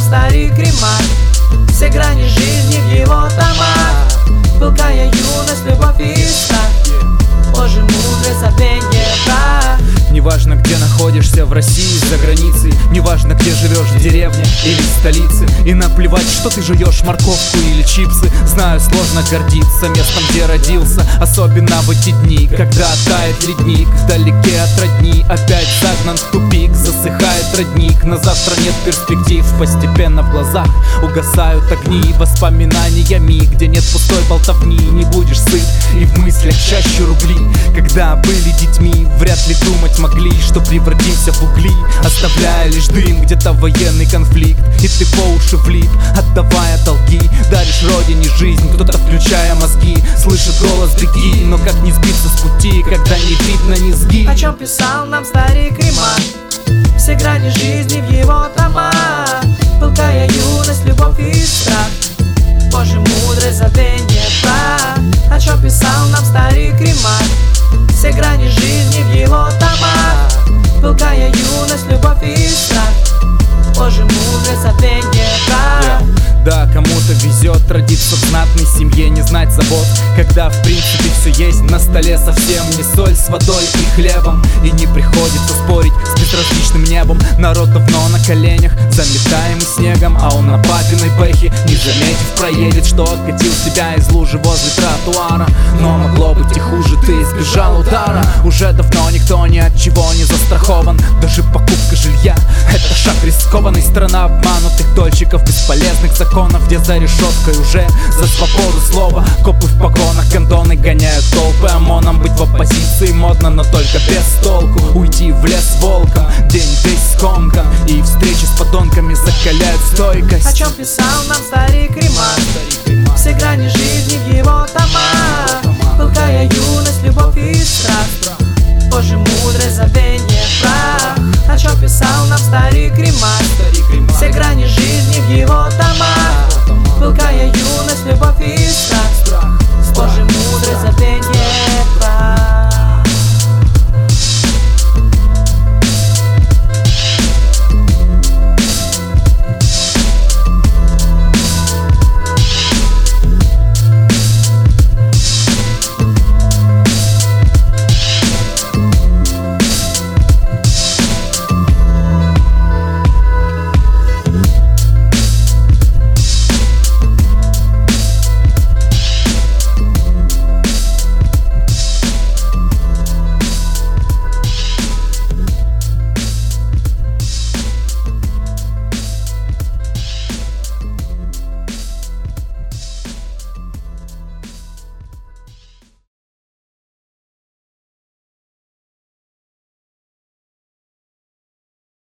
старик Ремарк. Все грани жизни в его томах. Пылкая юность, любовь и страх. Боже, мудрый, забвенье прах. Неважно, где находишься, в России, за границей. Неважно, где живешь, в деревне или в столице. И наплевать, что ты жуешь, морковку или чипсы. Знаю, сложно гордиться местом, где родился. Особенно в эти дни, когда тает ледник. Вдалеке от родни, опять загнан в тупик. Засыхает родник, на завтра нет перспектив. Постепенно в глазах угасают огни воспоминаниями, где нет пустой болтовни. Не будешь сыт, и в мыслях чаще рубли. Когда были детьми, вряд ли думать могли, что превратимся в угли, оставляя лишь дым, где-то военный конфликт. И ты по уши влип, отдавая долги. Даришь родине жизнь, кто-то включая мозги. Слышит голос беги, но как не сбиться с пути, когда не видно низги. О чем писал нам старик Ремарк. Все грани жизни в его томах. Пылкая юность, любовь и страх. Боже, мудрый, забвенье прах. О чем писал нам старик Ремарк. Все грани жизни в его томах. Пылкая юность, любовь и страх. Боже, мудрый, забвенье прах. Да, кому-то везет родиться в знатной семье, не знать забот, когда в принципе все есть на столе. Совсем не соль с водой и хлебом, и не приходится спорить с безразличным небом. Народ давно на коленях, заметаемый снегом, а он на папиной бэхе, не заметив, проедет, что откатил себя из лужи возле тротуара. Но могло быть и хуже, ты избежал удара. Уже давно никто ни от чего не застрахован. Даже покупка жилья — это шаг рискованный. Страна обманутых дольщиков, бесполезных законов, где за решеткой уже за свободу слова. Копы в погонах, гондоны гоняют толпы. ОМОНам быть в оппозиции модно, но только без толку. Уйти в лес волком, день весь скомкан, и встречи с подонками закаляют стойкость. О чем писал нам старик Ремарк.